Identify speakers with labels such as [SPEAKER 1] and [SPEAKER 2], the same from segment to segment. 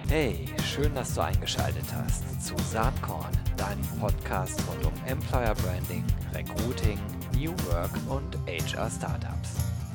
[SPEAKER 1] Hey, schön, dass du eingeschaltet hast zu Saatkorn, deinem Podcast rund um Employer Branding, Recruiting, New Work und HR Startups.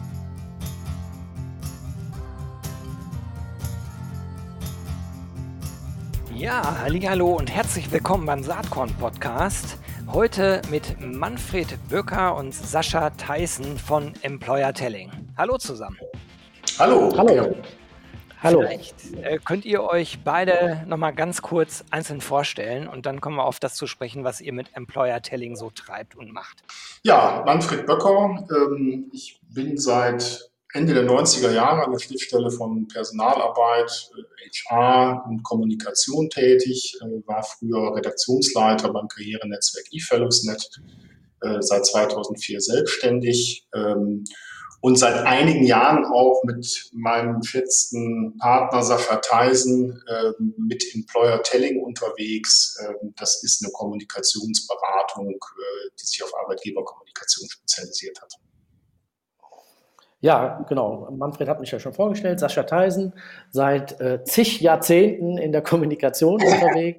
[SPEAKER 1] Ja, hallihallo und herzlich willkommen beim Saatkorn-Podcast. Heute mit Manfred Böcker und Sascha Theissen von Employer Telling. Hallo zusammen.
[SPEAKER 2] Hallo.
[SPEAKER 3] Hallo.
[SPEAKER 1] Vielleicht könnt ihr euch beide nochmal ganz kurz einzeln vorstellen und dann kommen wir auf das zu sprechen, was ihr mit Employer Telling so treibt und macht.
[SPEAKER 2] Ja, Manfred Böcker. Ich bin seit Ende der 90er Jahre an der Schnittstelle von Personalarbeit, HR und Kommunikation tätig, war früher Redaktionsleiter beim Karrierenetzwerk eFellowsNet, seit 2004 selbstständig und seit einigen Jahren auch mit meinem geschätzten Partner Sascha Theissen mit Employer Telling unterwegs. Das ist eine Kommunikationsberatung, die sich auf Arbeitgeberkommunikation spezialisiert hat.
[SPEAKER 3] Ja, genau. Manfred hat mich ja schon vorgestellt. Sascha Theissen, seit zig Jahrzehnten in der Kommunikation unterwegs.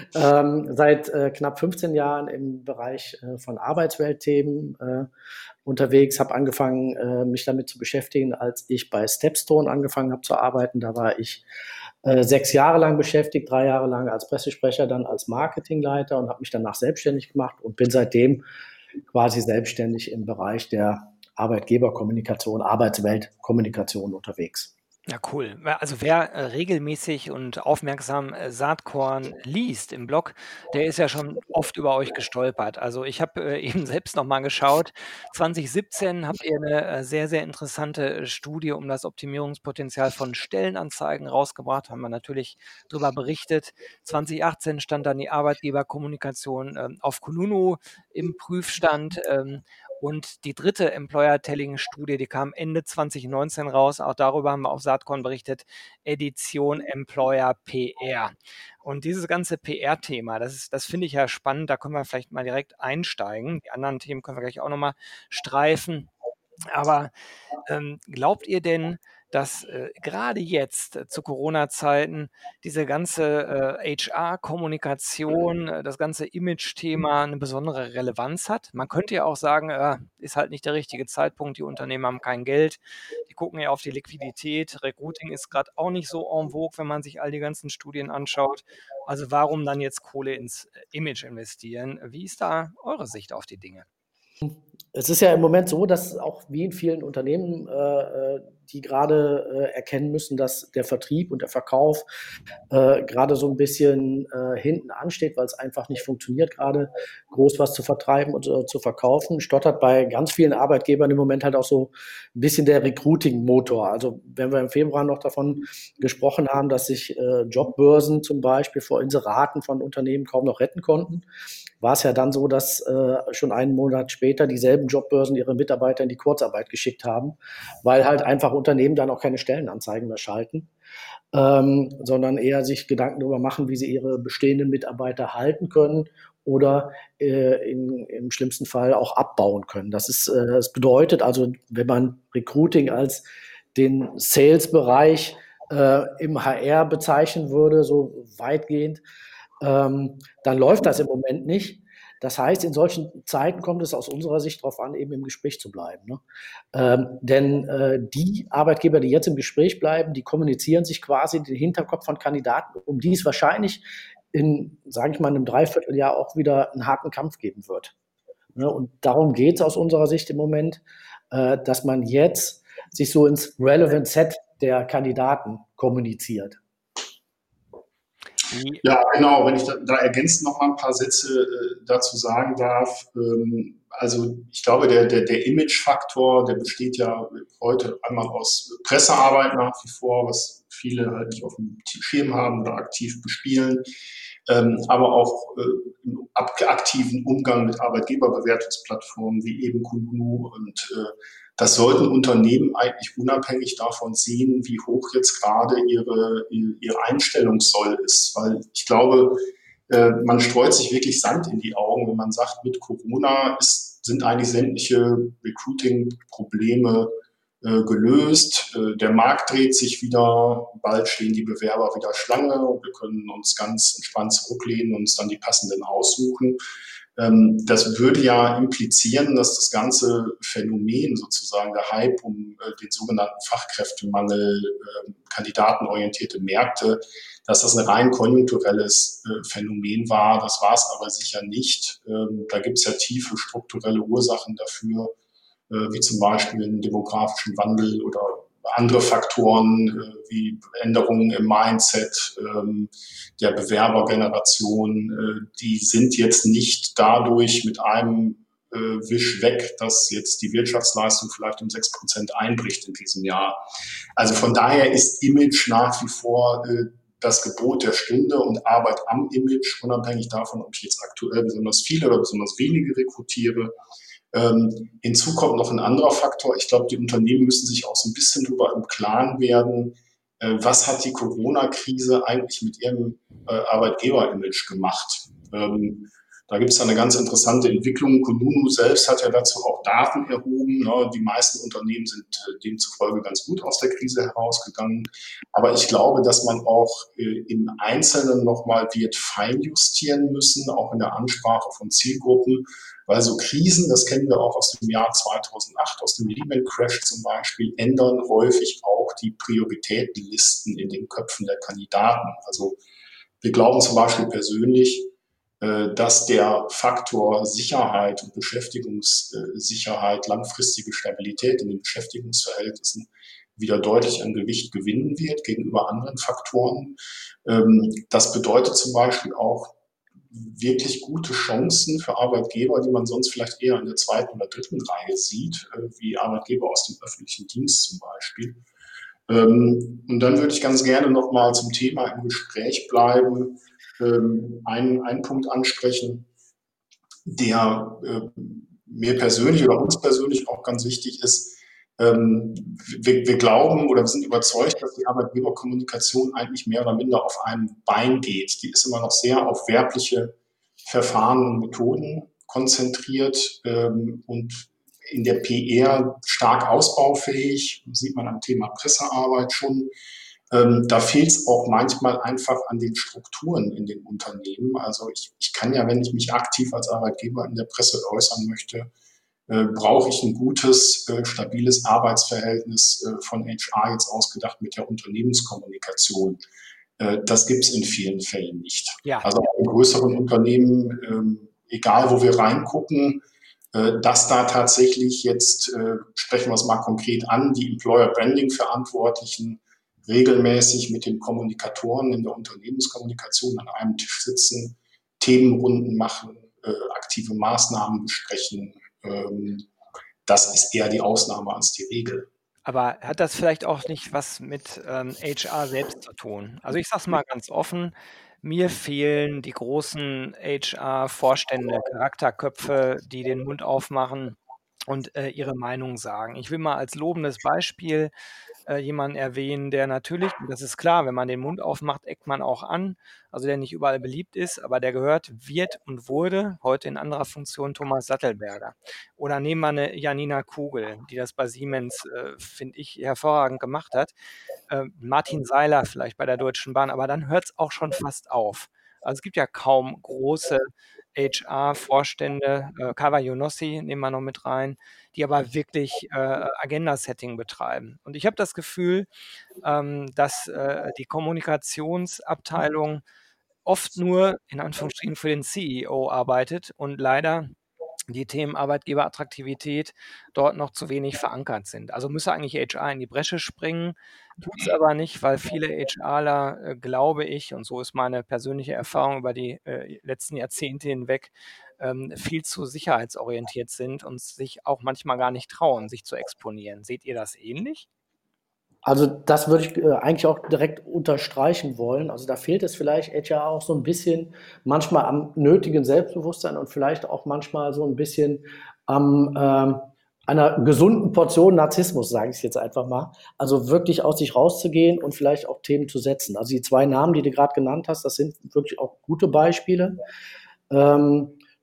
[SPEAKER 3] Seit knapp 15 Jahren im Bereich von Arbeitsweltthemen unterwegs, habe angefangen, mich damit zu beschäftigen, als ich bei Stepstone angefangen habe zu arbeiten. Da war ich 6 Jahre lang beschäftigt, 3 Jahre lang als Pressesprecher, dann als Marketingleiter und habe mich danach selbstständig gemacht und bin seitdem quasi selbstständig im Bereich der Arbeitgeberkommunikation, Arbeitsweltkommunikation unterwegs.
[SPEAKER 1] Ja, cool. Also wer regelmäßig und aufmerksam Saatkorn liest im Blog, der ist ja schon oft über euch gestolpert. Also ich habe eben selbst nochmal geschaut. 2017 habt ihr eine sehr, sehr interessante Studie um das Optimierungspotenzial von Stellenanzeigen rausgebracht, haben wir natürlich darüber berichtet. 2018 stand dann die Arbeitgeberkommunikation auf Kununu im Prüfstand. Und die dritte Employer-Telling-Studie, die kam Ende 2019 raus. Auch darüber haben wir auf Saatkorn berichtet. Edition Employer PR. Und dieses ganze PR-Thema, das finde ich ja spannend. Da können wir vielleicht mal direkt einsteigen. Die anderen Themen können wir gleich auch nochmal streifen. Aber glaubt ihr denn, dass gerade jetzt zu Corona-Zeiten diese ganze HR-Kommunikation, das ganze Image-Thema eine besondere Relevanz hat? Man könnte ja auch sagen, ist halt nicht der richtige Zeitpunkt, die Unternehmen haben kein Geld, die gucken ja auf die Liquidität, Recruiting ist gerade auch nicht so en vogue, wenn man sich all die ganzen Studien anschaut. Also warum dann jetzt Kohle ins Image investieren? Wie ist da eure Sicht auf die Dinge?
[SPEAKER 3] Es ist ja im Moment so, dass auch wie in vielen Unternehmen, die gerade erkennen müssen, dass der Vertrieb und der Verkauf gerade so ein bisschen hinten ansteht, weil es einfach nicht funktioniert, gerade groß was zu vertreiben und zu verkaufen, stottert bei ganz vielen Arbeitgebern im Moment halt auch so ein bisschen der Recruiting-Motor. Also wenn wir im Februar noch davon gesprochen haben, dass sich Jobbörsen zum Beispiel vor Inseraten von Unternehmen kaum noch retten konnten, war es ja dann so, dass schon einen Monat später dieselben Jobbörsen ihre Mitarbeiter in die Kurzarbeit geschickt haben, weil halt einfach Unternehmen dann auch keine Stellenanzeigen mehr schalten, sondern eher sich Gedanken darüber machen, wie sie ihre bestehenden Mitarbeiter halten können oder im schlimmsten Fall auch abbauen können. Das bedeutet also, wenn man Recruiting als den Sales-Bereich im HR bezeichnen würde, so weitgehend, dann läuft das im Moment nicht. Das heißt, in solchen Zeiten kommt es aus unserer Sicht darauf an, eben im Gespräch zu bleiben. Ne? Denn die Arbeitgeber, die jetzt im Gespräch bleiben, die kommunizieren sich quasi den Hinterkopf von Kandidaten, um die es wahrscheinlich in, sage ich mal, einem Dreivierteljahr auch wieder einen harten Kampf geben wird. Ne? Und darum geht es aus unserer Sicht im Moment, dass man jetzt sich so ins Relevant Set der Kandidaten kommuniziert.
[SPEAKER 2] Ja, genau. Wenn ich da ergänzend noch mal ein paar Sätze dazu sagen darf. Also ich glaube, der Image-Faktor, der besteht ja heute einmal aus Pressearbeit nach wie vor, was viele halt nicht auf dem Schirm haben oder aktiv bespielen, aber auch im aktiven Umgang mit Arbeitgeberbewertungsplattformen wie eben Kununu und das sollten Unternehmen eigentlich unabhängig davon sehen, wie hoch jetzt gerade ihre Einstellungssoll ist. Weil ich glaube, man streut sich wirklich Sand in die Augen, wenn man sagt, mit Corona sind eigentlich sämtliche Recruiting-Probleme gelöst. Der Markt dreht sich wieder, bald stehen die Bewerber wieder Schlange und wir können uns ganz entspannt zurücklehnen und uns dann die passenden aussuchen. Das würde ja implizieren, dass das ganze Phänomen sozusagen, der Hype um den sogenannten Fachkräftemangel, kandidatenorientierte Märkte, dass das ein rein konjunkturelles Phänomen war. Das war es aber sicher nicht. Da gibt es ja tiefe strukturelle Ursachen dafür, wie zum Beispiel den demografischen Wandel oder andere Faktoren wie Änderungen im Mindset der Bewerbergeneration, die sind jetzt nicht dadurch mit einem Wisch weg, dass jetzt die Wirtschaftsleistung vielleicht um 6% einbricht in diesem Jahr. Also von daher ist Image nach wie vor das Gebot der Stunde und Arbeit am Image, unabhängig davon, ob ich jetzt aktuell besonders viele oder besonders wenige rekrutiere. Hinzu kommt noch ein anderer Faktor. Ich glaube, die Unternehmen müssen sich auch so ein bisschen darüber im Klaren werden, was hat die Corona-Krise eigentlich mit ihrem Arbeitgeber-Image gemacht. Da gibt es eine ganz interessante Entwicklung. Kununu selbst hat ja dazu auch Daten erhoben. Ne? Die meisten Unternehmen sind demzufolge ganz gut aus der Krise herausgegangen. Aber ich glaube, dass man auch im Einzelnen nochmal wird feinjustieren müssen, auch in der Ansprache von Zielgruppen. Weil so Krisen, das kennen wir auch aus dem Jahr 2008, aus dem Lehman Crash zum Beispiel, ändern häufig auch die Prioritätenlisten in den Köpfen der Kandidaten. Also wir glauben zum Beispiel persönlich, dass der Faktor Sicherheit und Beschäftigungssicherheit, langfristige Stabilität in den Beschäftigungsverhältnissen wieder deutlich an Gewicht gewinnen wird gegenüber anderen Faktoren. Das bedeutet zum Beispiel auch wirklich gute Chancen für Arbeitgeber, die man sonst vielleicht eher in der zweiten oder dritten Reihe sieht, wie Arbeitgeber aus dem öffentlichen Dienst zum Beispiel. Und dann würde ich ganz gerne nochmal zum Thema im Gespräch bleiben, einen Punkt ansprechen, der mir persönlich oder uns persönlich auch ganz wichtig ist. Wir glauben oder wir sind überzeugt, dass die Arbeitgeberkommunikation eigentlich mehr oder minder auf einem Bein geht. Die ist immer noch sehr auf werbliche Verfahren und Methoden konzentriert und in der PR stark ausbaufähig, sieht man am Thema Pressearbeit schon. Da fehlt es auch manchmal einfach an den Strukturen in den Unternehmen. Also ich kann ja, wenn ich mich aktiv als Arbeitgeber in der Presse äußern möchte, brauche ich ein gutes, stabiles Arbeitsverhältnis von HR jetzt ausgedacht mit der Unternehmenskommunikation. Das gibt es in vielen Fällen nicht.
[SPEAKER 1] Ja.
[SPEAKER 2] Also auch in größeren Unternehmen, egal wo wir reingucken, dass da tatsächlich jetzt, sprechen wir es mal konkret an, die Employer Branding Verantwortlichen regelmäßig mit den Kommunikatoren in der Unternehmenskommunikation an einem Tisch sitzen, Themenrunden machen, aktive Maßnahmen besprechen. Das ist eher die Ausnahme als die Regel.
[SPEAKER 1] Aber hat das vielleicht auch nicht was mit HR selbst zu tun? Also ich sage es mal ganz offen, mir fehlen die großen HR-Vorstände, Charakterköpfe, die den Mund aufmachen und ihre Meinung sagen. Ich will mal als lobendes Beispiel jemanden erwähnen, der natürlich, und das ist klar, wenn man den Mund aufmacht, eckt man auch an, also der nicht überall beliebt ist, aber der gehört, wird und wurde heute in anderer Funktion Thomas Sattelberger. Oder nehmen wir eine Janina Kugel, die das bei Siemens, finde ich, hervorragend gemacht hat. Martin Seiler vielleicht bei der Deutschen Bahn, aber dann hört es auch schon fast auf. Also es gibt ja kaum große HR-Vorstände, Kawa Younossi nehmen wir noch mit rein, die aber wirklich Agenda-Setting betreiben. Und ich habe das Gefühl, dass die Kommunikationsabteilung oft nur in Anführungsstrichen für den CEO arbeitet und leider die Themen Arbeitgeberattraktivität dort noch zu wenig verankert sind. Also müsse eigentlich HR in die Bresche springen, tut es aber nicht, weil viele HRler, glaube ich, und so ist meine persönliche Erfahrung über die letzten Jahrzehnte hinweg, viel zu sicherheitsorientiert sind und sich auch manchmal gar nicht trauen, sich zu exponieren. Seht ihr das ähnlich?
[SPEAKER 3] Also das würde ich eigentlich auch direkt unterstreichen wollen. Also da fehlt es vielleicht HR auch so ein bisschen manchmal am nötigen Selbstbewusstsein und vielleicht auch manchmal so ein bisschen am einer gesunden Portion Narzissmus, sage ich jetzt einfach mal. Also wirklich aus sich rauszugehen und vielleicht auch Themen zu setzen. Also die zwei Namen, die du gerade genannt hast, das sind wirklich auch gute Beispiele.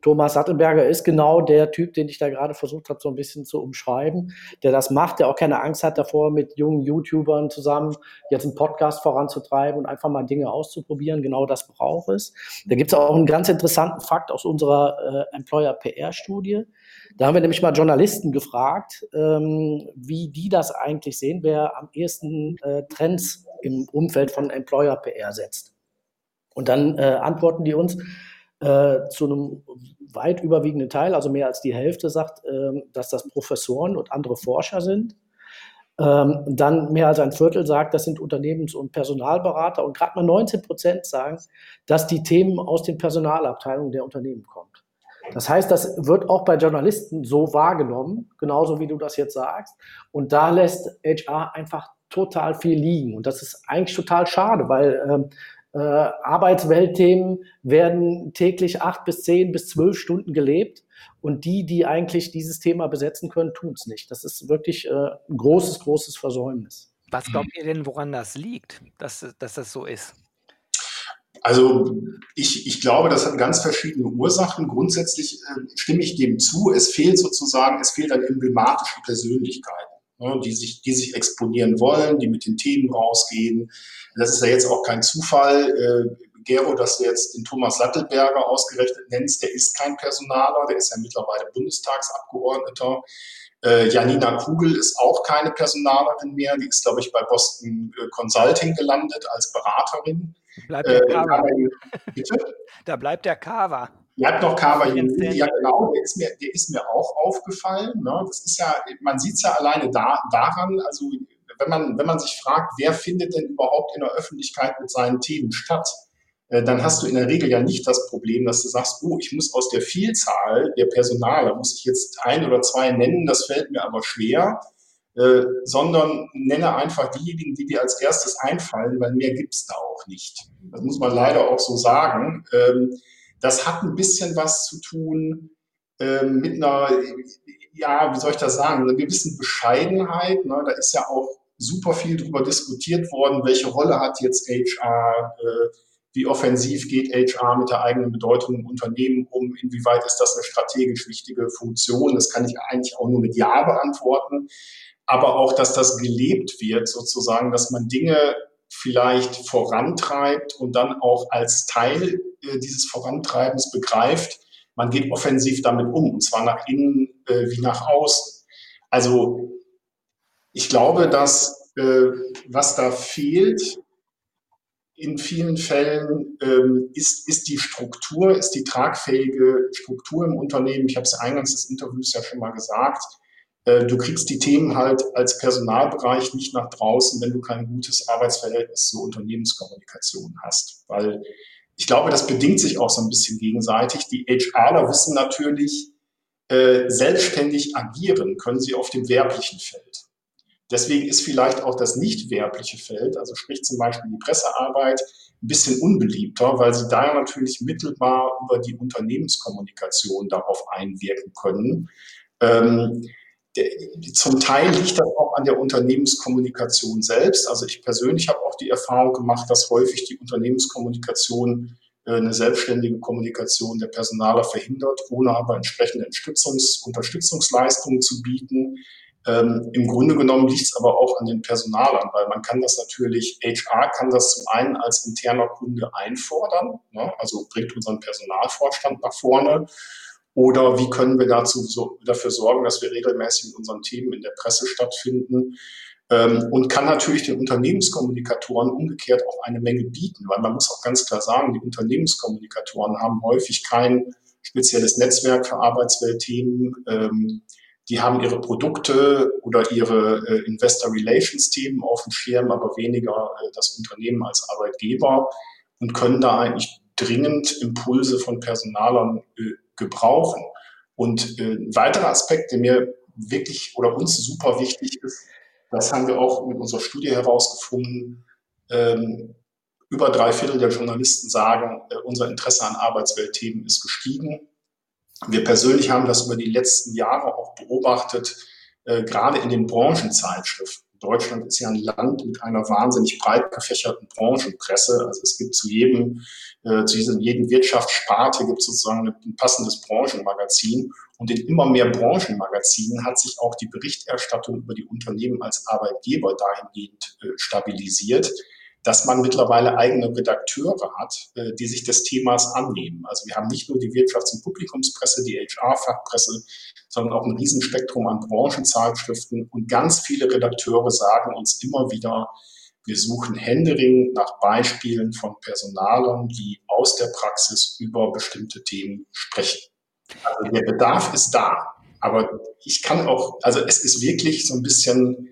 [SPEAKER 3] Thomas Sattelberger ist genau der Typ, den ich da gerade versucht habe, so ein bisschen zu umschreiben, der das macht, der auch keine Angst hat davor, mit jungen YouTubern zusammen jetzt einen Podcast voranzutreiben und einfach mal Dinge auszuprobieren. Genau das braucht es. Da gibt es auch einen ganz interessanten Fakt aus unserer Employer-PR-Studie. Da haben wir nämlich mal Journalisten gefragt, wie die das eigentlich sehen, wer am ehesten Trends im Umfeld von Employer-PR setzt. Und dann antworten die uns, zu einem weit überwiegenden Teil, also mehr als die Hälfte, sagt, dass das Professoren und andere Forscher sind. Dann mehr als ein Viertel sagt, das sind Unternehmens- und Personalberater. Und gerade mal 19% sagen, dass die Themen aus den Personalabteilungen der Unternehmen kommen. Das heißt, das wird auch bei Journalisten so wahrgenommen, genauso wie du das jetzt sagst. Und da lässt HR einfach total viel liegen. Und das ist eigentlich total schade, weil Arbeitsweltthemen werden täglich 8 bis 10 bis 12 Stunden gelebt und die eigentlich dieses Thema besetzen können, tun es nicht. Das ist wirklich ein großes Versäumnis.
[SPEAKER 1] Was glaubt ihr denn, woran das liegt, dass das so ist?
[SPEAKER 2] Also ich glaube, das hat ganz verschiedene Ursachen. Grundsätzlich stimme ich dem zu. Es fehlt an emblematischen Persönlichkeiten, ne, die sich exponieren wollen, die mit den Themen rausgehen. Das ist ja jetzt auch kein Zufall. Gero, dass du jetzt den Thomas Sattelberger ausgerechnet nennst, der ist kein Personaler, der ist ja mittlerweile Bundestagsabgeordneter. Janina Kugel ist auch keine Personalerin mehr, die ist, glaube ich, bei Boston Consulting gelandet als Beraterin.
[SPEAKER 1] Bleibt der Carver.
[SPEAKER 2] Bitte?
[SPEAKER 1] Da bleibt der Carver.
[SPEAKER 2] Bleibt noch Carver Junior. Ja, genau, der ist mir auch aufgefallen. Ne? Das ist ja, man sieht es ja alleine daran, also wenn man sich fragt, wer findet denn überhaupt in der Öffentlichkeit mit seinen Themen statt, dann hast du in der Regel ja nicht das Problem, dass du sagst, oh, ich muss aus der Vielzahl der Personaler, muss ich jetzt 1 oder 2 nennen, das fällt mir aber schwer, sondern nenne einfach diejenigen, die dir als erstes einfallen, weil mehr gibt's da auch nicht. Das muss man leider auch so sagen. Das hat ein bisschen was zu tun mit einer, ja, wie soll ich das sagen, einer gewissen Bescheidenheit. Ne? Da ist ja auch super viel drüber diskutiert worden, welche Rolle hat jetzt HR, wie offensiv geht HR mit der eigenen Bedeutung im Unternehmen um, inwieweit ist das eine strategisch wichtige Funktion, das kann ich eigentlich auch nur mit Ja beantworten, aber auch, dass das gelebt wird sozusagen, dass man Dinge vielleicht vorantreibt und dann auch als Teil dieses Vorantreibens begreift, man geht offensiv damit um, und zwar nach innen wie nach außen. Also ich glaube, dass was da fehlt in vielen Fällen, ist die Struktur, ist die tragfähige Struktur im Unternehmen. Ich habe es eingangs des Interviews ja schon mal gesagt. Du kriegst die Themen halt als Personalbereich nicht nach draußen, wenn du kein gutes Arbeitsverhältnis zur Unternehmenskommunikation hast. Weil ich glaube, das bedingt sich auch so ein bisschen gegenseitig. Die HRler wissen natürlich, selbstständig agieren können sie auf dem werblichen Feld. Deswegen ist vielleicht auch das nicht werbliche Feld, also sprich zum Beispiel die Pressearbeit, ein bisschen unbeliebter, weil sie da natürlich mittelbar über die Unternehmenskommunikation darauf einwirken können. Zum Teil liegt das auch an der Unternehmenskommunikation selbst. Also ich persönlich habe auch die Erfahrung gemacht, dass häufig die Unternehmenskommunikation eine selbstständige Kommunikation der Personaler verhindert, ohne aber entsprechende Unterstützungsleistungen zu bieten. Im Grunde genommen liegt es aber auch an den Personalern, weil man kann das natürlich, HR kann das zum einen als interner Kunde einfordern, ne? Also bringt unseren Personalvorstand nach vorne, oder wie können wir dafür sorgen, dass wir regelmäßig mit unseren Themen in der Presse stattfinden, und kann natürlich den Unternehmenskommunikatoren umgekehrt auch eine Menge bieten, weil man muss auch ganz klar sagen, die Unternehmenskommunikatoren haben häufig kein spezielles Netzwerk für Arbeitsweltthemen, die haben ihre Produkte oder ihre Investor Relations Themen auf dem Schirm, aber weniger das Unternehmen als Arbeitgeber, und können da eigentlich dringend Impulse von Personalern gebrauchen. Und ein weiterer Aspekt, der mir wirklich oder uns super wichtig ist, das haben wir auch mit unserer Studie herausgefunden, über 3/4 der Journalisten sagen, unser Interesse an Arbeitsweltthemen ist gestiegen. Wir persönlich haben das über die letzten Jahre auch beobachtet, gerade in den Branchenzeitschriften. Deutschland ist ja ein Land mit einer wahnsinnig breit gefächerten Branchenpresse. Also es gibt jedem Wirtschaftssparte gibt es sozusagen ein passendes Branchenmagazin. Und in immer mehr Branchenmagazinen hat sich auch die Berichterstattung über die Unternehmen als Arbeitgeber dahingehend stabilisiert, dass man mittlerweile eigene Redakteure hat, die sich des Themas annehmen. Also wir haben nicht nur die Wirtschafts- und Publikumspresse, die HR-Fachpresse, sondern auch ein Riesenspektrum an Branchenzeitschriften. Und ganz viele Redakteure sagen uns immer wieder, wir suchen händeringend nach Beispielen von Personalern, die aus der Praxis über bestimmte Themen sprechen. Also der Bedarf ist da. Aber ich kann auch, also es ist wirklich so ein bisschen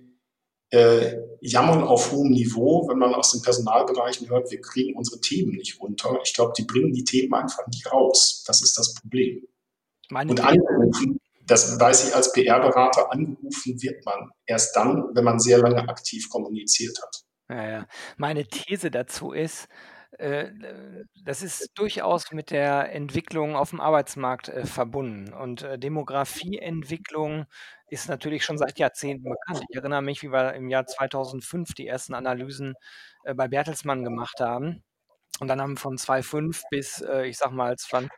[SPEAKER 2] Jammern auf hohem Niveau, wenn man aus den Personalbereichen hört, wir kriegen unsere Themen nicht unter. Ich glaube, die bringen die Themen einfach nicht raus. Das ist das Problem. Und angerufen, das weiß ich als PR-Berater, angerufen wird man erst dann, wenn man sehr lange aktiv kommuniziert hat.
[SPEAKER 1] Ja. Meine These dazu ist, das ist durchaus mit der Entwicklung auf dem Arbeitsmarkt verbunden. Und Demografieentwicklung ist natürlich schon seit Jahrzehnten bekannt. Ich erinnere mich, wie wir im Jahr 2005 die ersten Analysen bei Bertelsmann gemacht haben. Und dann haben von 2005 bis, ich sag mal,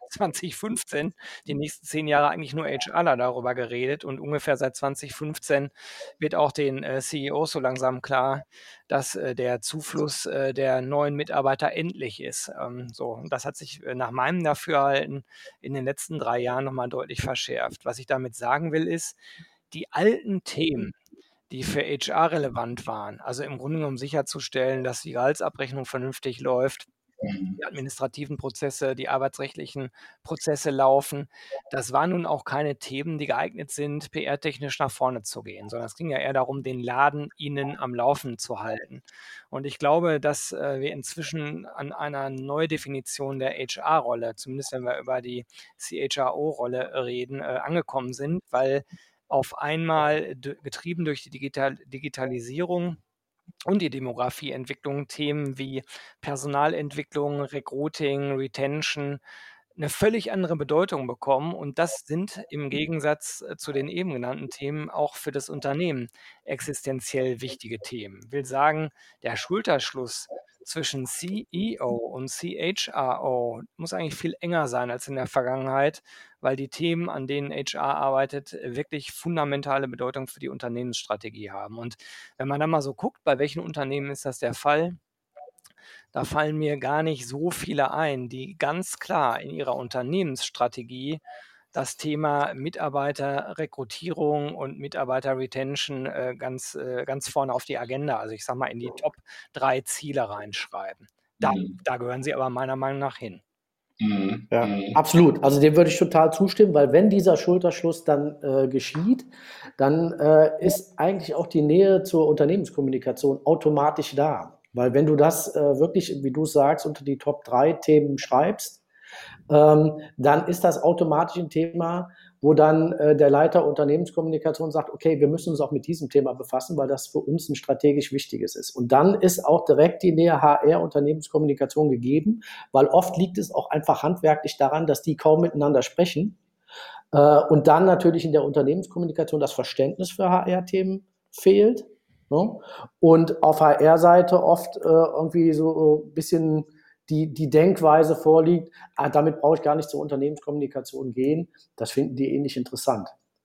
[SPEAKER 1] 2015 die nächsten 10 Jahre eigentlich nur HRler darüber geredet. Und ungefähr seit 2015 wird auch den CEOs so langsam klar, dass der Zufluss der neuen Mitarbeiter endlich ist. Und das hat sich nach meinem Dafürhalten in den letzten 3 Jahren nochmal deutlich verschärft. Was ich damit sagen will, ist, die alten Themen, die für HR relevant waren, also im Grunde genommen sicherzustellen, dass die Gehaltsabrechnung vernünftig läuft, die administrativen Prozesse, die arbeitsrechtlichen Prozesse laufen. Das waren nun auch keine Themen, die geeignet sind, PR-technisch nach vorne zu gehen, sondern es ging ja eher darum, den Laden innen am Laufen zu halten. Und ich glaube, dass wir inzwischen an einer Neudefinition der HR-Rolle, zumindest wenn wir über die CHRO-Rolle reden, angekommen sind, weil auf einmal getrieben durch die Digitalisierung und die Demografieentwicklung Themen wie Personalentwicklung, Recruiting, Retention eine völlig andere Bedeutung bekommen. Und das sind im Gegensatz zu den eben genannten Themen auch für das Unternehmen existenziell wichtige Themen. Will sagen, der Schulterschluss zwischen CEO und CHRO muss eigentlich viel enger sein als in der Vergangenheit, weil die Themen, an denen HR arbeitet, wirklich fundamentale Bedeutung für die Unternehmensstrategie haben. Und wenn man dann mal so guckt, bei welchen Unternehmen ist das der Fall, da fallen mir gar nicht so viele ein, die ganz klar in ihrer Unternehmensstrategie das Thema Mitarbeiterrekrutierung und Mitarbeiterretention ganz vorne auf die Agenda, also ich sage mal in die Top 3 Ziele reinschreiben. Da gehören sie aber meiner Meinung nach hin.
[SPEAKER 3] Ja, absolut. Also dem würde ich total zustimmen, weil wenn dieser Schulterschluss dann geschieht, dann ist eigentlich auch die Nähe zur Unternehmenskommunikation automatisch da. Weil wenn du das wirklich, wie du sagst, unter die Top 3 Themen schreibst, dann ist das automatisch ein Thema, wo dann der Leiter Unternehmenskommunikation sagt, okay, wir müssen uns auch mit diesem Thema befassen, weil das für uns ein strategisch wichtiges ist. Und dann ist auch direkt die Nähe HR-Unternehmenskommunikation gegeben, weil oft liegt es auch einfach handwerklich daran, dass die kaum miteinander sprechen. Und dann natürlich in der Unternehmenskommunikation das Verständnis für HR-Themen fehlt. Ne? Und auf HR-Seite oft irgendwie so ein bisschen die Denkweise vorliegt, damit brauche ich gar nicht zur Unternehmenskommunikation gehen. Das finden die nicht interessant.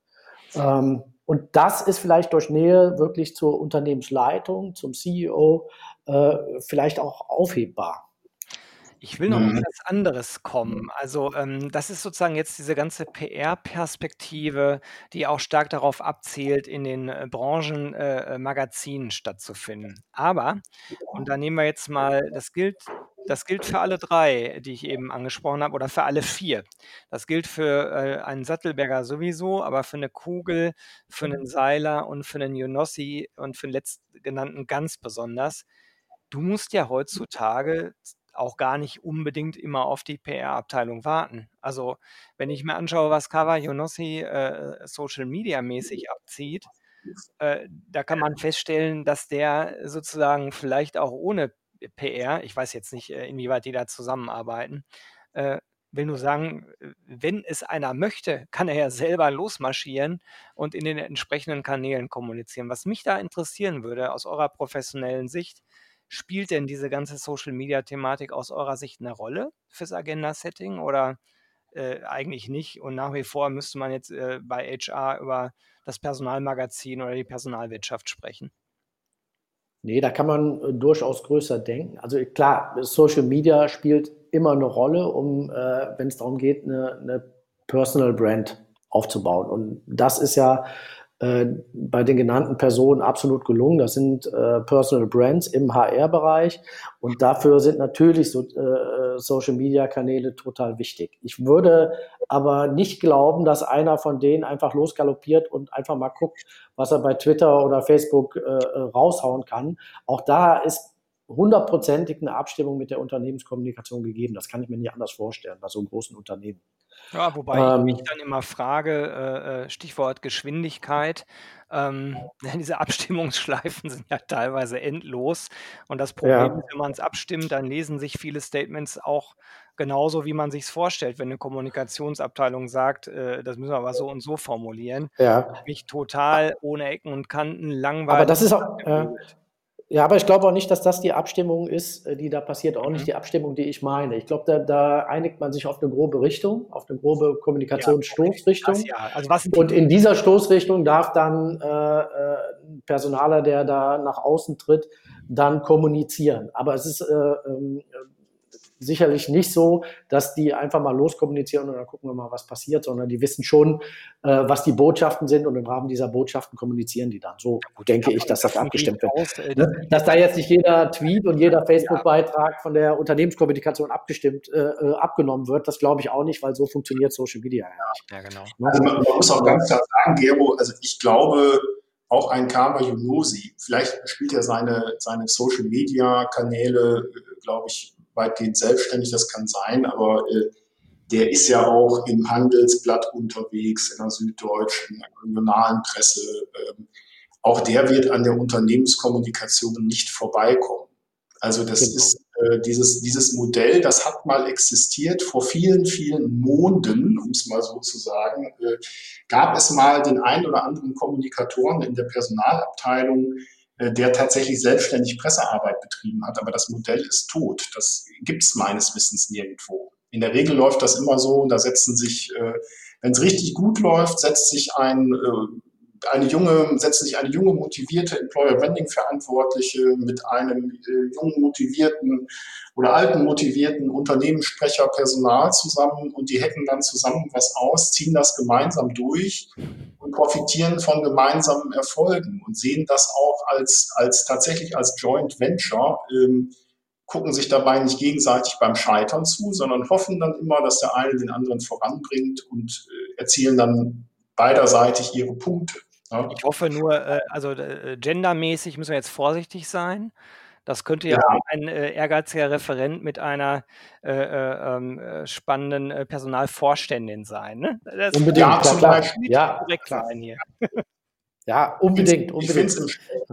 [SPEAKER 3] Und das ist vielleicht durch Nähe wirklich zur Unternehmensleitung, zum CEO, vielleicht auch aufhebbar.
[SPEAKER 1] Ich will noch auf was anderes kommen. Also, das ist sozusagen jetzt diese ganze PR-Perspektive, die auch stark darauf abzielt, in den Magazinen stattzufinden. Aber, und da nehmen wir jetzt mal, das gilt für alle 3, die ich eben angesprochen habe, oder für alle 4. Das gilt für einen Sattelberger sowieso, aber für eine Kugel, für einen Seiler und für einen Jonossi und für den letztgenannten ganz besonders. Du musst ja heutzutage auch gar nicht unbedingt immer auf die PR-Abteilung warten. Also, wenn ich mir anschaue, was Kawa Younossi Social-Media-mäßig abzieht, da kann man feststellen, dass der sozusagen vielleicht auch ohne PR, ich weiß jetzt nicht, inwieweit die da zusammenarbeiten, will nur sagen, wenn es einer möchte, kann er ja selber losmarschieren und in den entsprechenden Kanälen kommunizieren. Was mich da interessieren würde aus eurer professionellen Sicht, spielt denn diese ganze Social-Media-Thematik aus eurer Sicht eine Rolle fürs Agenda-Setting oder eigentlich nicht? Und nach wie vor müsste man jetzt bei HR über das Personalmagazin oder die Personalwirtschaft sprechen.
[SPEAKER 3] Nee, da kann man durchaus größer denken. Also klar, Social Media spielt immer eine Rolle, wenn es darum geht, eine Personal Brand aufzubauen. Und das ist ja bei den genannten Personen absolut gelungen. Das sind Personal Brands im HR-Bereich und dafür sind natürlich Social-Media-Kanäle total wichtig. Ich würde aber nicht glauben, dass einer von denen einfach losgaloppiert und einfach mal guckt, was er bei Twitter oder Facebook raushauen kann. Auch da ist hundertprozentig eine Abstimmung mit der Unternehmenskommunikation gegeben. Das kann ich mir nicht anders vorstellen bei so einem großen Unternehmen.
[SPEAKER 1] Ja, wobei ich mich dann immer frage, Stichwort Geschwindigkeit, diese Abstimmungsschleifen sind ja teilweise endlos und das Problem ist, wenn man es abstimmt, dann lesen sich viele Statements auch genauso, wie man sich's vorstellt. Wenn eine Kommunikationsabteilung sagt, das müssen wir aber so und so formulieren, mich total ohne Ecken und Kanten langweilig.
[SPEAKER 3] Aber das ist auch, ja, aber ich glaube auch nicht, dass das die Abstimmung ist, die da passiert, auch nicht die Abstimmung, die ich meine. Ich glaube, da einigt man sich auf eine grobe Richtung, auf eine grobe Kommunikationsstoßrichtung.
[SPEAKER 1] Ja, also was
[SPEAKER 3] und in dieser Stoßrichtung darf dann ein Personaler, der da nach außen tritt, dann kommunizieren. Aber es ist sicherlich nicht so, dass die einfach mal loskommunizieren und dann gucken wir mal, was passiert, sondern die wissen schon, was die Botschaften sind und im Rahmen dieser Botschaften kommunizieren die dann. So denke ich, dass das abgestimmt wird. Dass da jetzt nicht jeder Tweet und jeder Facebook-Beitrag von der Unternehmenskommunikation abgenommen wird, das glaube ich auch nicht, weil so funktioniert Social Media ja nicht.
[SPEAKER 1] Ja, genau.
[SPEAKER 2] Also man muss auch ganz klar sagen, Gero, also ich glaube, auch ein Kama Yunusi, vielleicht spielt er seine Social-Media-Kanäle, glaube ich, weitgehend selbstständig, das kann sein, aber der ist ja auch im Handelsblatt unterwegs, in der Süddeutschen, in der regionalen Presse. Auch der wird an der Unternehmenskommunikation nicht vorbeikommen. Also das ist dieses Modell, das hat mal existiert vor vielen, vielen Monden, um es mal so zu sagen, gab es mal den einen oder anderen Kommunikatoren in der Personalabteilung, der tatsächlich selbstständig Pressearbeit betrieben hat, aber das Modell ist tot. Das gibt es meines Wissens nirgendwo. In der Regel läuft das immer so, da setzen sich, wenn es richtig gut läuft, setzt sich eine junge, motivierte Employer Branding Verantwortliche mit einem jungen, motivierten oder alten, motivierten Unternehmenssprecher Personal zusammen und die hacken dann zusammen was aus, ziehen das gemeinsam durch und profitieren von gemeinsamen Erfolgen und sehen das auch tatsächlich als Joint Venture, gucken sich dabei nicht gegenseitig beim Scheitern zu, sondern hoffen dann immer, dass der eine den anderen voranbringt und erzielen dann beiderseitig ihre Punkte. Ja.
[SPEAKER 1] Ich hoffe nur, gendermäßig müssen wir jetzt vorsichtig sein. Das könnte ja auch ein ehrgeiziger Referent mit einer spannenden Personalvorständin sein. Ne? Das
[SPEAKER 3] unbedingt,
[SPEAKER 2] ja, zum
[SPEAKER 3] klar.
[SPEAKER 2] Beispiel.
[SPEAKER 3] Ja,
[SPEAKER 1] korrekt sein hier.
[SPEAKER 3] Ja, unbedingt.
[SPEAKER 2] Ich finde es im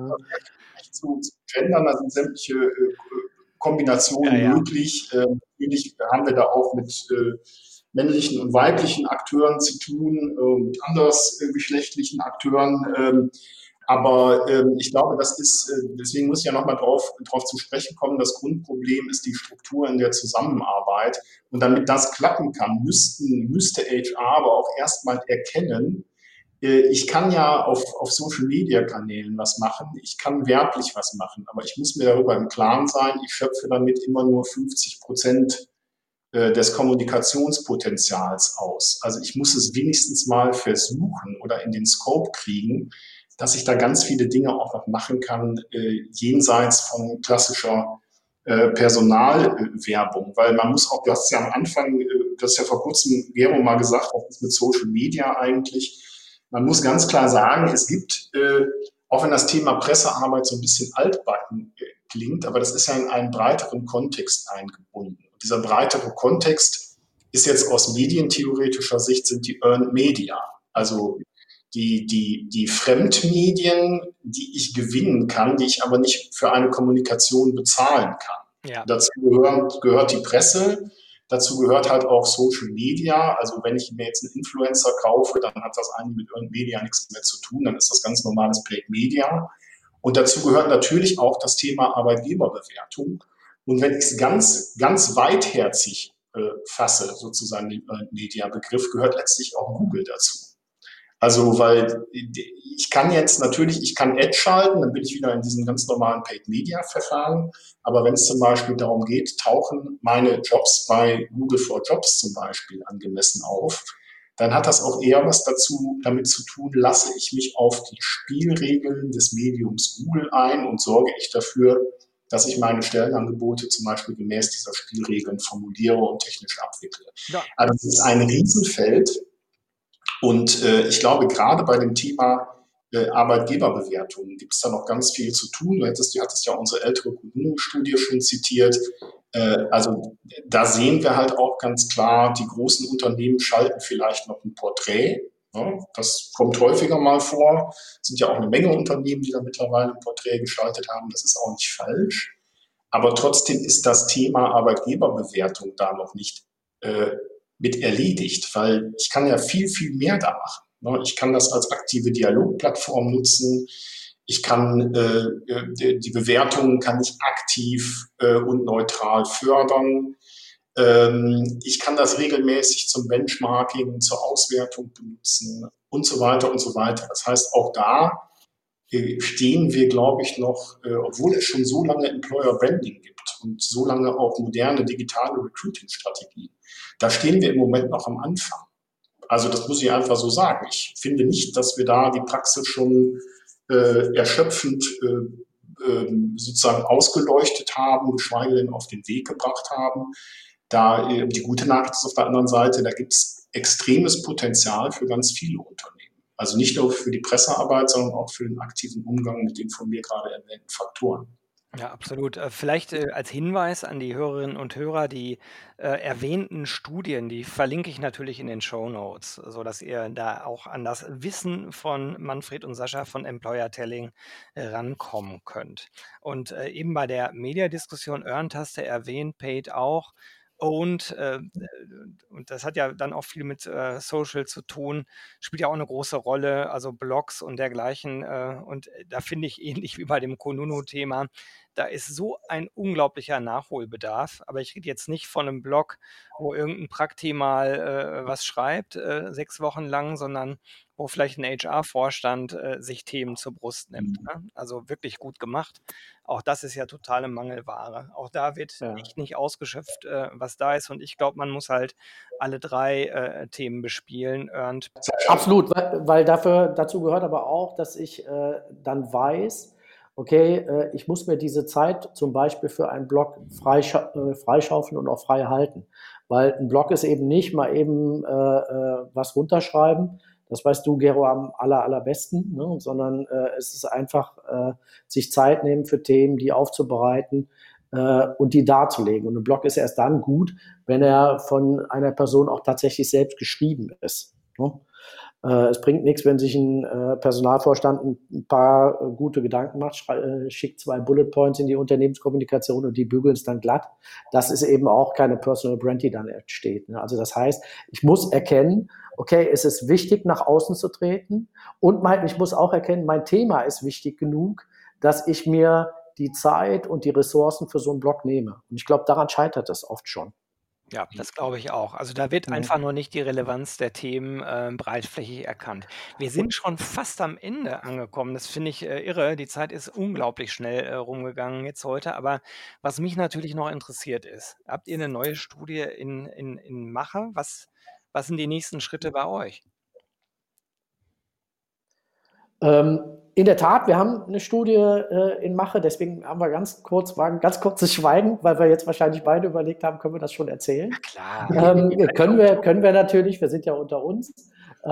[SPEAKER 2] zu gendern, da sind sämtliche Kombinationen möglich. Natürlich haben wir da auch mit männlichen und weiblichen Akteuren zu tun, mit andersgeschlechtlichen Akteuren. Aber ich glaube, das ist, deswegen muss ich ja nochmal drauf zu sprechen kommen, das Grundproblem ist die Struktur in der Zusammenarbeit. Und damit das klappen kann, müsste HR aber auch erstmal erkennen, ich kann ja auf Social-Media-Kanälen was machen, ich kann werblich was machen, aber ich muss mir darüber im Klaren sein, ich schöpfe damit immer nur 50% des Kommunikationspotenzials aus. Also ich muss es wenigstens mal versuchen oder in den Scope kriegen, dass ich da ganz viele Dinge auch noch machen kann, jenseits von klassischer Personalwerbung. Weil man muss auch, du hast ja am Anfang, du hast ja vor kurzem, Gero, mal gesagt, was ist mit Social Media eigentlich? Man muss ganz klar sagen, es gibt, auch wenn das Thema Pressearbeit so ein bisschen altbacken klingt, aber das ist ja in einen breiteren Kontext eingebunden. Und dieser breitere Kontext ist jetzt aus medientheoretischer Sicht sind die Earned Media, also die Fremdmedien, die ich gewinnen kann, die ich aber nicht für eine Kommunikation bezahlen kann. Ja. Dazu gehört die Presse, Dazu gehört halt auch Social Media. Also wenn ich mir jetzt einen Influencer kaufe, dann hat das eigentlich mit Earned Media nichts mehr zu tun. Dann ist das ganz normales Paid Media. Und dazu gehört natürlich auch das Thema Arbeitgeberbewertung. Und wenn ich es ganz weitherzig fasse, sozusagen den Earned Media Begriff, gehört letztlich auch Google dazu. Also, weil ich kann jetzt natürlich, ich kann Ads schalten, dann bin ich wieder in diesem ganz normalen Paid-Media-Verfahren. Aber wenn es zum Beispiel darum geht, tauchen meine Jobs bei Google for Jobs zum Beispiel angemessen auf, dann hat das auch eher was damit zu tun, lasse ich mich auf die Spielregeln des Mediums Google ein und sorge ich dafür, dass ich meine Stellenangebote zum Beispiel gemäß dieser Spielregeln formuliere und technisch abwickle.
[SPEAKER 1] Ja.
[SPEAKER 2] Also es ist ein Riesenfeld. Und ich glaube, gerade bei dem Thema Arbeitgeberbewertungen gibt es da noch ganz viel zu tun. Du hattest ja unsere ältere Kununu-Studie schon zitiert. Also da sehen wir halt auch ganz klar, die großen Unternehmen schalten vielleicht noch ein Porträt. Ja, das kommt häufiger mal vor. Es sind ja auch eine Menge Unternehmen, die da mittlerweile ein Porträt geschaltet haben. Das ist auch nicht falsch. Aber trotzdem ist das Thema Arbeitgeberbewertung da noch nicht mit erledigt, weil ich kann ja viel, viel mehr da machen. Ich kann das als aktive Dialogplattform nutzen. Ich kann die Bewertungen kann ich aktiv und neutral fördern. Ich kann das regelmäßig zum Benchmarking, zur Auswertung benutzen und so weiter und so weiter. Das heißt, auch da stehen wir, glaube ich, noch, obwohl es schon so lange Employer Branding gibt und so lange auch moderne digitale Recruiting-Strategien, da stehen wir im Moment noch am Anfang. Also das muss ich einfach so sagen. Ich finde nicht, dass wir da die Praxis schon erschöpfend sozusagen ausgeleuchtet haben, geschweige denn auf den Weg gebracht haben. Da die gute Nachricht ist auf der anderen Seite, da gibt es extremes Potenzial für ganz viele Unternehmen. Also nicht nur für die Pressearbeit, sondern auch für den aktiven Umgang mit den von mir gerade erwähnten Faktoren.
[SPEAKER 1] Ja, absolut. Vielleicht als Hinweis an die Hörerinnen und Hörer, die erwähnten Studien, die verlinke ich natürlich in den Shownotes, sodass ihr da auch an das Wissen von Manfred und Sascha von Employer Telling rankommen könnt. Und eben bei der Mediadiskussion Earned hast du erwähnt, Paid auch. Und das hat ja dann auch viel mit Social zu tun, spielt ja auch eine große Rolle, also Blogs und dergleichen. Und da finde ich ähnlich wie bei dem Kununu-Thema, da ist so ein unglaublicher Nachholbedarf. Aber ich rede jetzt nicht von einem Blog, wo irgendein Prakti mal was schreibt, 6 Wochen lang, sondern wo vielleicht ein HR-Vorstand sich Themen zur Brust nimmt. Ne? Also wirklich gut gemacht. Auch das ist ja totale Mangelware. Auch da wird echt nicht ausgeschöpft, was da ist. Und ich glaube, man muss halt alle 3 Themen bespielen. Earned.
[SPEAKER 3] Absolut, weil dazu gehört aber auch, dass ich dann weiß, okay, ich muss mir diese Zeit zum Beispiel für einen Blog freischaufeln und auch frei halten. Weil ein Blog ist eben nicht mal eben was runterschreiben. Das weißt du, Gero, am allerbesten, ne? Sondern es ist einfach sich Zeit nehmen für Themen, die aufzubereiten und die darzulegen. Und ein Blog ist erst dann gut, wenn er von einer Person auch tatsächlich selbst geschrieben ist. Ne? Es bringt nichts, wenn sich ein Personalvorstand ein paar gute Gedanken macht, schickt 2 Bullet Points in die Unternehmenskommunikation und die bügeln es dann glatt. Das ist eben auch keine Personal Brand, die dann entsteht. Ne? Also das heißt, ich muss erkennen, okay, es ist wichtig, nach außen zu treten und ich muss auch erkennen, mein Thema ist wichtig genug, dass ich mir die Zeit und die Ressourcen für so einen Blog nehme. Und ich glaube, daran scheitert es oft schon.
[SPEAKER 1] Ja, das glaube ich auch. Also da wird einfach nur nicht die Relevanz der Themen breitflächig erkannt. Wir sind schon fast am Ende angekommen. Das finde ich irre. Die Zeit ist unglaublich schnell rumgegangen jetzt heute. Aber was mich natürlich noch interessiert ist, habt ihr eine neue Studie in Mache? Was sind die nächsten Schritte bei euch?
[SPEAKER 3] In der Tat, wir haben eine Studie in Mache, deswegen war ein ganz kurzes Schweigen, weil wir jetzt wahrscheinlich beide überlegt haben, können wir das schon erzählen?
[SPEAKER 1] Klar.
[SPEAKER 3] Können wir natürlich, wir sind ja unter uns.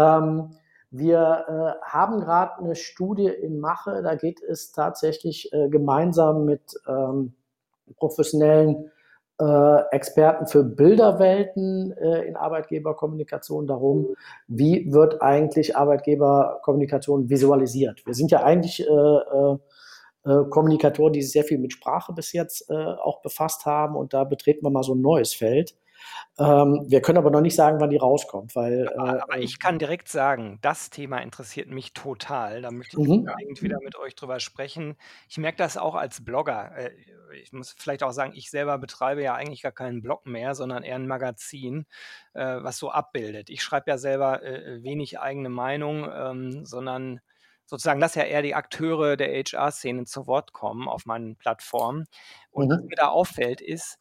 [SPEAKER 3] Wir haben gerade eine Studie in Mache, da geht es tatsächlich gemeinsam mit professionellen Experten für Bilderwelten in Arbeitgeberkommunikation darum, wie wird eigentlich Arbeitgeberkommunikation visualisiert. Wir sind ja eigentlich Kommunikatoren, die sich sehr viel mit Sprache bis jetzt auch befasst haben und da betreten wir mal so ein neues Feld. Wir können aber noch nicht sagen, wann die rauskommt, weil
[SPEAKER 1] Aber ich kann direkt sagen, das Thema interessiert mich total. Da möchte ich unbedingt wieder mit euch drüber sprechen. Ich merke das auch als Blogger. Ich muss vielleicht auch sagen, ich selber betreibe ja eigentlich gar keinen Blog mehr, sondern eher ein Magazin, was so abbildet. Ich schreibe ja selber wenig eigene Meinung, sondern sozusagen lasse ja eher die Akteure der HR-Szene zu Wort kommen auf meinen Plattformen. Und was mir da auffällt, ist,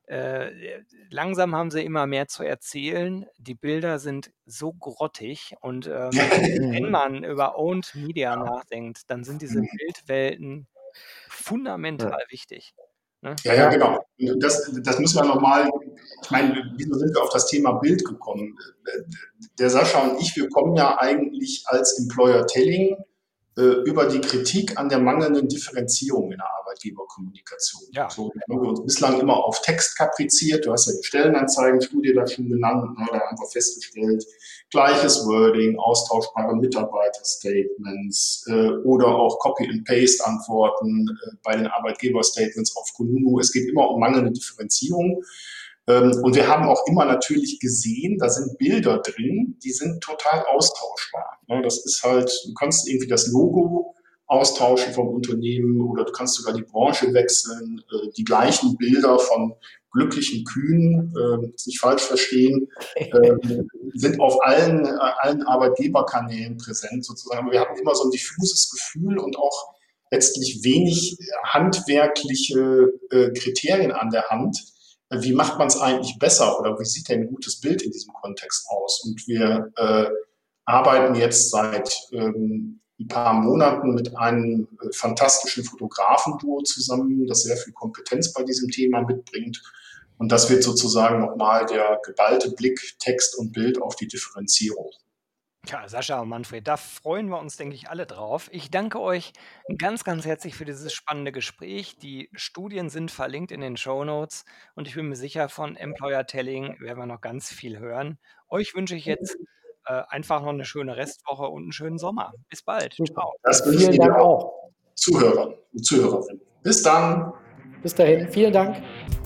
[SPEAKER 1] langsam haben sie immer mehr zu erzählen. Die Bilder sind so grottig und wenn man über Owned Media nachdenkt, dann sind diese Bildwelten fundamental wichtig. Ne?
[SPEAKER 2] Ja, genau. Das müssen wir nochmal, ich meine, wieso sind wir auf das Thema Bild gekommen? Der Sascha und ich, wir kommen ja eigentlich als Employer Telling über die Kritik an der mangelnden Differenzierung in der Arbeitgeberkommunikation.
[SPEAKER 1] Ja.
[SPEAKER 2] So haben wir uns bislang immer auf Text kapriziert. Du hast ja die Stellenanzeigenstudie da schon genannt. Da haben wir festgestellt, gleiches Wording, austauschbare Mitarbeiterstatements oder auch Copy-and-Paste-Antworten bei den Arbeitgeberstatements auf Kununu. Es geht immer um mangelnde Differenzierung. Und wir haben auch immer natürlich gesehen, da sind Bilder drin, die sind total austauschbar. Das ist halt, du kannst irgendwie das Logo austauschen vom Unternehmen oder du kannst sogar die Branche wechseln. Die gleichen Bilder von glücklichen Kühen, nicht falsch verstehen, sind auf allen Arbeitgeberkanälen präsent sozusagen. Aber wir hatten immer so ein diffuses Gefühl und auch letztlich wenig handwerkliche Kriterien an der Hand. Wie macht man es eigentlich besser oder wie sieht denn ein gutes Bild in diesem Kontext aus? Und wir arbeiten jetzt seit ein paar Monaten mit einem fantastischen Fotografenduo zusammen, das sehr viel Kompetenz bei diesem Thema mitbringt. Und das wird sozusagen nochmal der geballte Blick, Text und Bild auf die Differenzierung.
[SPEAKER 1] Ja, Sascha und Manfred, da freuen wir uns, denke ich, alle drauf. Ich danke euch ganz, ganz herzlich für dieses spannende Gespräch. Die Studien sind verlinkt in den Shownotes und ich bin mir sicher, von Employer Telling werden wir noch ganz viel hören. Euch wünsche ich jetzt einfach noch eine schöne Restwoche und einen schönen Sommer. Bis bald.
[SPEAKER 3] Ciao.
[SPEAKER 2] Das wünsche ich Ihnen auch, Zuhörer und Zuhörerinnen. Bis dann.
[SPEAKER 3] Bis dahin. Vielen Dank.